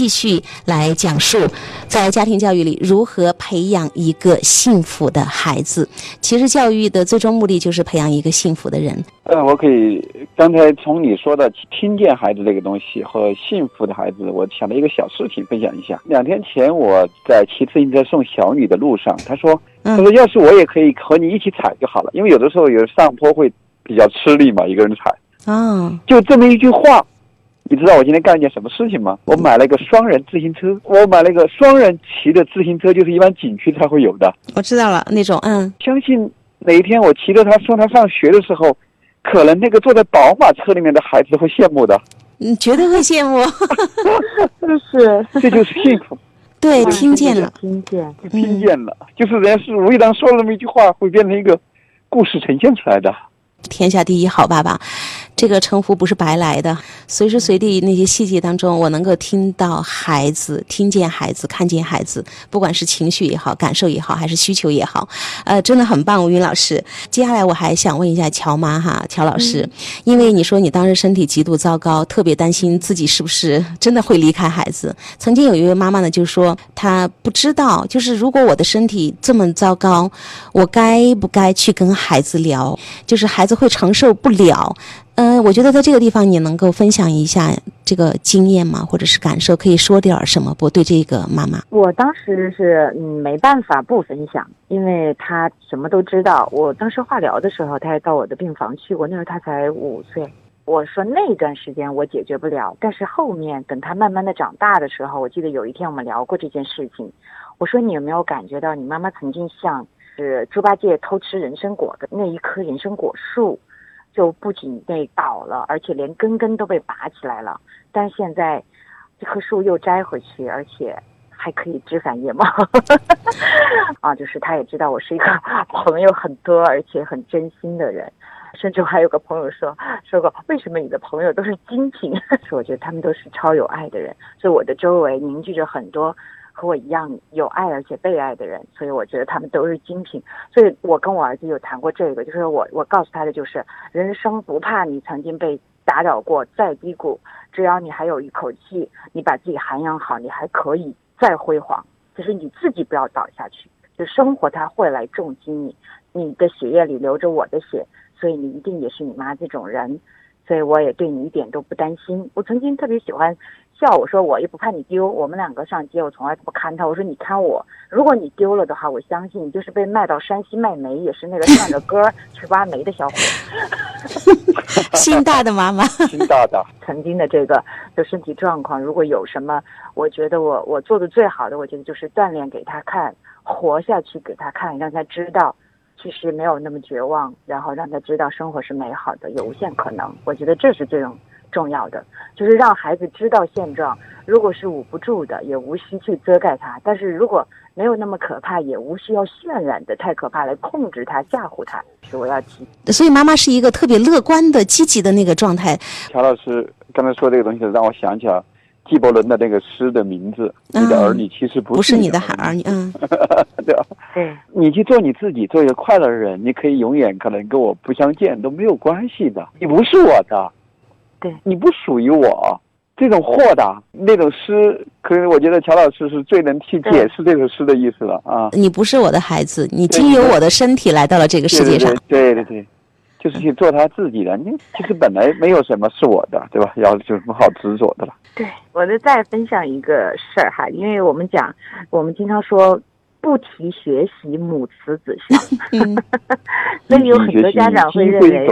继续来讲述在家庭教育里如何培养一个幸福的孩子。其实教育的最终目的就是培养一个幸福的人。 我可以刚才从你说的听见孩子这个东西和幸福的孩子，我想到一个小事情分享一下。2天前我在骑自行车送小女的路上，她说要是我也可以和你一起踩就好了，因为有的时候有上坡会比较吃力嘛，一个人踩。就这么一句话，你知道我今天干了件什么事情吗？我买了一个双人自行车，我买了一个双人骑的自行车，就是一般景区才会有的。 我知道了，那种相信哪一天我骑着它送他上学的时候，可能那个坐在宝马车里面的孩子会羡慕的。 绝对会羡慕。 这就是幸福。 对，听见了， 听见了，就是人家是无意当说了那么一句话，会变成一个故事呈现出来的。 天下第一好爸爸这个称呼不是白来的，随时随地那些细节当中，我能够听到孩子，听见孩子，看见孩子，不管是情绪也好，感受也好，还是需求也好，真的很棒，吴云老师。接下来我还想问一下乔妈哈，乔老师，因为你说你当时身体极度糟糕，特别担心自己是不是真的会离开孩子。曾经有一位妈妈呢，就说她不知道，就是如果我的身体这么糟糕，我该不该去跟孩子聊，就是孩子会承受不了。我觉得在这个地方你能够分享一下这个经验吗？或者是感受，可以说点什么不？对这个妈妈， 我当时是没办法不分享，因为她什么都知道。我当时化疗的时候，她还到我的病房去过，那时候她才5岁。我说那段时间我解决不了，但是后面等她慢慢的长大的时候，我记得有一天我们聊过这件事情。我说你有没有感觉到你妈妈曾经像是猪八戒偷吃人参果的那一棵人参果树，就不仅被倒了，而且连根都被拔起来了。但是现在这棵树又摘回去，而且还可以枝繁叶茂。就是他也知道我是一个朋友很多而且很真心的人。甚至我还有个朋友说过，为什么你的朋友都是精品？说我觉得他们都是超有爱的人，所以我的周围凝聚着很多和我一样有爱而且被爱的人，所以我觉得他们都是精品。所以我跟我儿子有谈过这个，就是我告诉他的就是，人生不怕你曾经被打倒过再低谷，只要你还有一口气，你把自己涵养好，你还可以再辉煌，就是你自己不要倒下去，就生活它会来重击你，你的血液里流着我的血，所以你一定也是你妈这种人，所以我也对你一点都不担心。我曾经特别喜欢笑，我说我也不怕你丢，我们2个上街我从来不看他，我说你看我，如果你丢了的话，我相信你就是被卖到山西卖煤，也是那个唱着歌去挖煤的小伙。 心大的妈妈， 心大的。 曾经的这个就身体状况，如果有什么，我觉得我做的最好的，我觉得就是锻炼给他看，活下去给他看，让他知道其实没有那么绝望，然后让他知道生活是美好的，有无限可能。我觉得这是最重要的，就是让孩子知道现状，如果是捂不住的，也无需去遮盖它，但是如果没有那么可怕，也无需要渲染的太可怕来控制它吓唬它，是我要提。 所以妈妈是一个特别乐观的积极的那个状态。 乔老师刚才说这个东西让我想起了纪伯伦的那个诗的名字，你的儿女其实不是你的儿女。 对吧？ 对， 你去做你自己，做一个快乐的人，你可以永远可能跟我不相见都没有关系的，你不是我的， 对， 你不属于我。这种豁达那种诗，可能我觉得乔老师是最能去解释这首诗的意思了啊！ 你不是我的孩子，你经由我的身体来到了这个世界上。 对，就是去做他自己的。你其实本来没有什么是我的，对吧？要有什么好执着的了？ 对，我再分享一个事儿哈，因为我们经常说不提学习，母慈子孝。所以有很多家长会认为，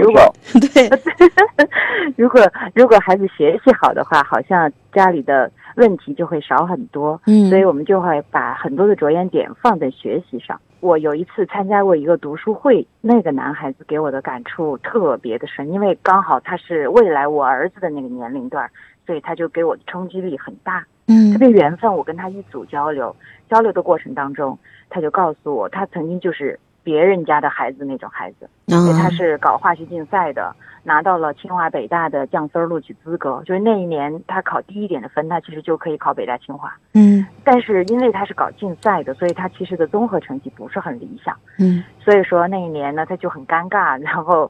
如果孩子学习好的话，好像家里的问题就会少很多。所以我们就会把很多的着眼点放在学习上。我有一次参加过一个读书会，那个男孩子给我的感触特别的深，因为刚好他是未来我儿子的那个年龄段，所以他就给我的冲击力很大。特别缘分，我跟他一组交流的过程当中，他就告诉我，他曾经就是别人家的孩子那种孩子，他是搞化学竞赛的，拿到了清华北大的降分录取资格，就是那一年他考低一点的分，他其实就可以考北大清华。但是因为他是搞竞赛的，所以他其实的综合成绩不是很理想。所以说那一年呢，他就很尴尬，然后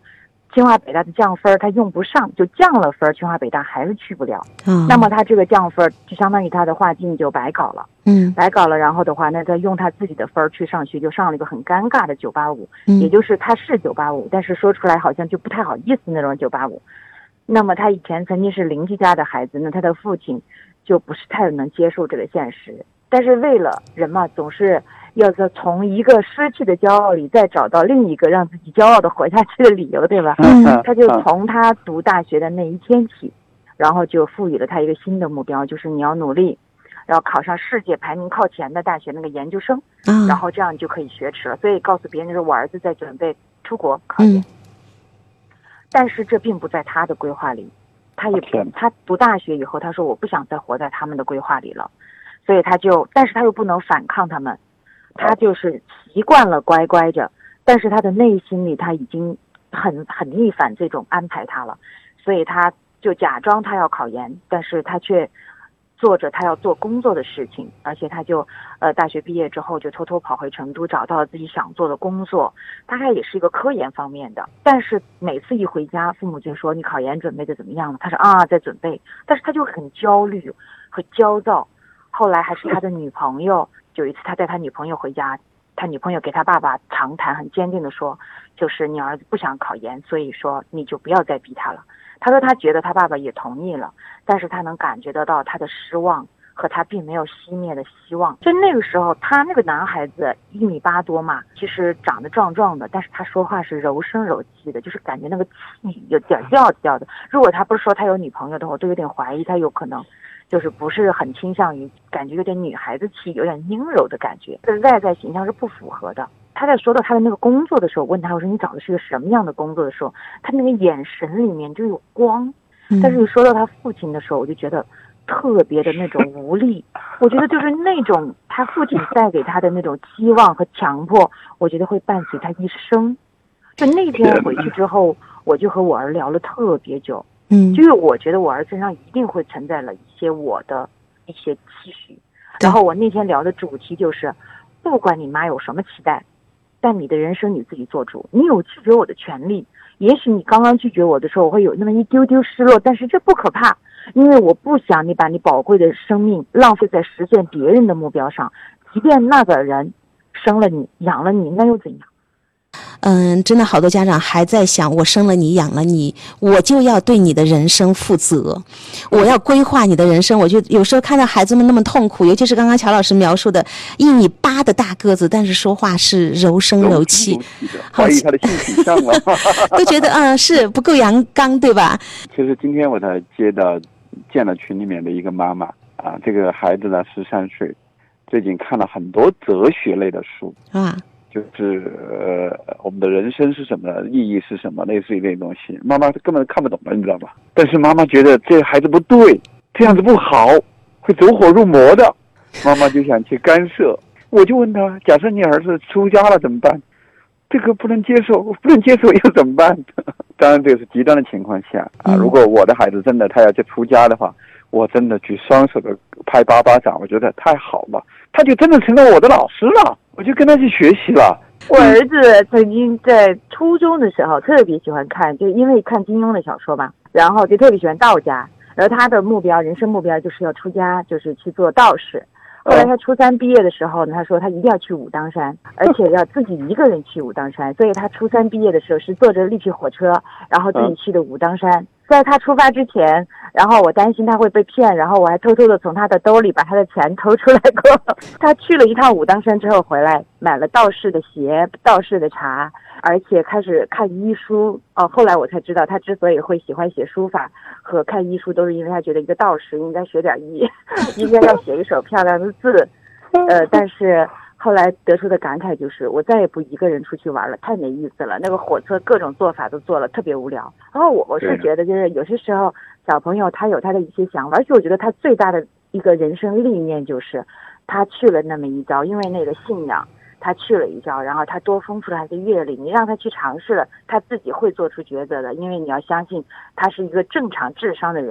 清华北大的降分他用不上，就降了分，清华北大还是去不了。那么他这个降分就相当于他的画境就白搞了。白搞了，然后的话，那他用他自己的分去上学，就上了一个很尴尬的985，也就是他是985，但是说出来好像就不太好意思那种985。那么他以前曾经是邻居家的孩子，那他的父亲就不是太能接受这个现实，但是为了人嘛，总是要从一个失去的骄傲里再找到另一个让自己骄傲的活下去的理由，对吧？他就从他读大学的那一天起，然后就赋予了他一个新的目标，就是你要努力，然后考上世界排名靠前的大学那个研究生，然后这样你就可以学耻了。所以告诉别人说我儿子在准备出国考研，但是这并不在他的规划里。他读大学以后，他说我不想再活在他们的规划里了，所以但是他又不能反抗他们，他就是习惯了乖乖着，但是他的内心里他已经很逆反这种安排他了，所以他就假装他要考研，但是他却做着他要做工作的事情，而且他就大学毕业之后就偷偷跑回成都，找到了自己想做的工作，大概也是一个科研方面的。但是每次一回家，父母就说你考研准备的怎么样了？他说在准备，但是他就很焦虑和焦躁。后来还是他的女朋友，有一次他带他女朋友回家，他女朋友给他爸爸长谈，很坚定的说，就是你儿子不想考研，所以说你就不要再逼他了。他说他觉得他爸爸也同意了，但是他能感觉得到他的失望和他并没有熄灭的希望。就那个时候，他那个男孩子1.8米多嘛，其实长得壮壮的，但是他说话是柔声柔气的，就是感觉那个气有点调的。如果他不是说他有女朋友的话，我都有点怀疑他有可能就是不是很倾向于感觉有点女孩子气，有点阴柔的感觉，这外在形象是不符合的。他在说到他的那个工作的时候，问他我说你找的是个什么样的工作的时候，他那个眼神里面就有光。但是你说到他父亲的时候，我就觉得特别的那种无力。我觉得就是那种他父亲带给他的那种期望和强迫，我觉得会伴随他一生。就那天回去之后，我就和我儿聊了特别久。就是我觉得我儿身上一定会存在了一些我的一些期许。然后我那天聊的主题就是，不管你妈有什么期待，但你的人生你自己做主，你有拒绝我的权利。也许你刚刚拒绝我的时候，我会有那么一丢丢失落，但是这不可怕，因为我不想你把你宝贵的生命浪费在实现别人的目标上，即便那个人生了你养了你，那又怎样？ 真的好多家长还在想，我生了你养了你，我就要对你的人生负责，我要规划你的人生。我就有时候看到孩子们那么痛苦，尤其是刚刚乔老师描述的1.8米的大个子，但是说话是柔声柔气， 怀疑他的性取向了都觉得是不够阳刚，对吧？ 其实今天我才见了群里面的一个妈妈这个孩子呢13岁，最近看了很多哲学类的书就是我们的人生是什么，意义是什么，类似于这些东西，妈妈根本看不懂了，你知道吧？但是妈妈觉得这孩子不对，这样子不好，会走火入魔的，妈妈就想去干涉。我就问他，假设你儿子出家了怎么办？这个不能接受又怎么办？当然这是极端的情况下如果我的孩子真的他要去出家的话，我真的举双手的拍8巴掌，我觉得太好了，他就真的成了我的老师了，我就跟他去学习了。 我儿子曾经在初中的时候特别喜欢看，就因为看金庸的小说嘛，然后就特别喜欢道家，然后他的人生目标就是要出家，就是去做道士。后来他初3毕业的时候呢，他说他一定要去武当山，而且要自己一个人去武当山，所以他初3毕业的时候是坐着绿皮火车，然后自己去的武当山。在他出发之前，然后我担心他会被骗，然后我还偷偷的从他的兜里把他的钱偷出来过。他去了一趟武当山之后回来，买了道士的鞋、道士的茶，而且开始看医书。后来我才知道他之所以会喜欢写书法和看医书，都是因为他觉得一个道士应该学点医，应该要写一手漂亮的字。但是后来得出的感慨就是，我再也不一个人出去玩了，太没意思了。那个火车各种做法都做了，特别无聊。然后我是觉得，就是有些时候小朋友他有他的一些想法，而且我觉得他最大的一个人生历练就是他去了那么一遭，因为那个信仰，他去了一遭，然后他多丰富了他的阅历。你让他去尝试了，他自己会做出抉择的，因为你要相信他是一个正常智商的人。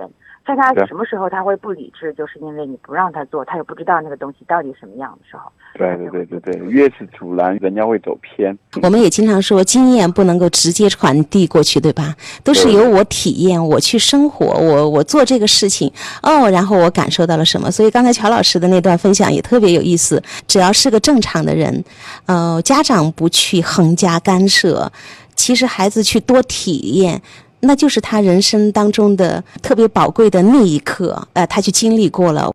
看他什么时候他会不理智，就是因为你不让他做，他也不知道那个东西到底什么样的时候。 对，越是阻拦，人家会走偏。 我们也经常说，经验不能够直接传递过去，对吧？都是由我体验，我去生活，我做这个事情，然后我感受到了什么。所以刚才乔老师的那段分享也特别有意思。只要是个正常的人，家长不去横加干涉，其实孩子去多体验，那就是他人生当中的特别宝贵的那一刻，他去经历过了。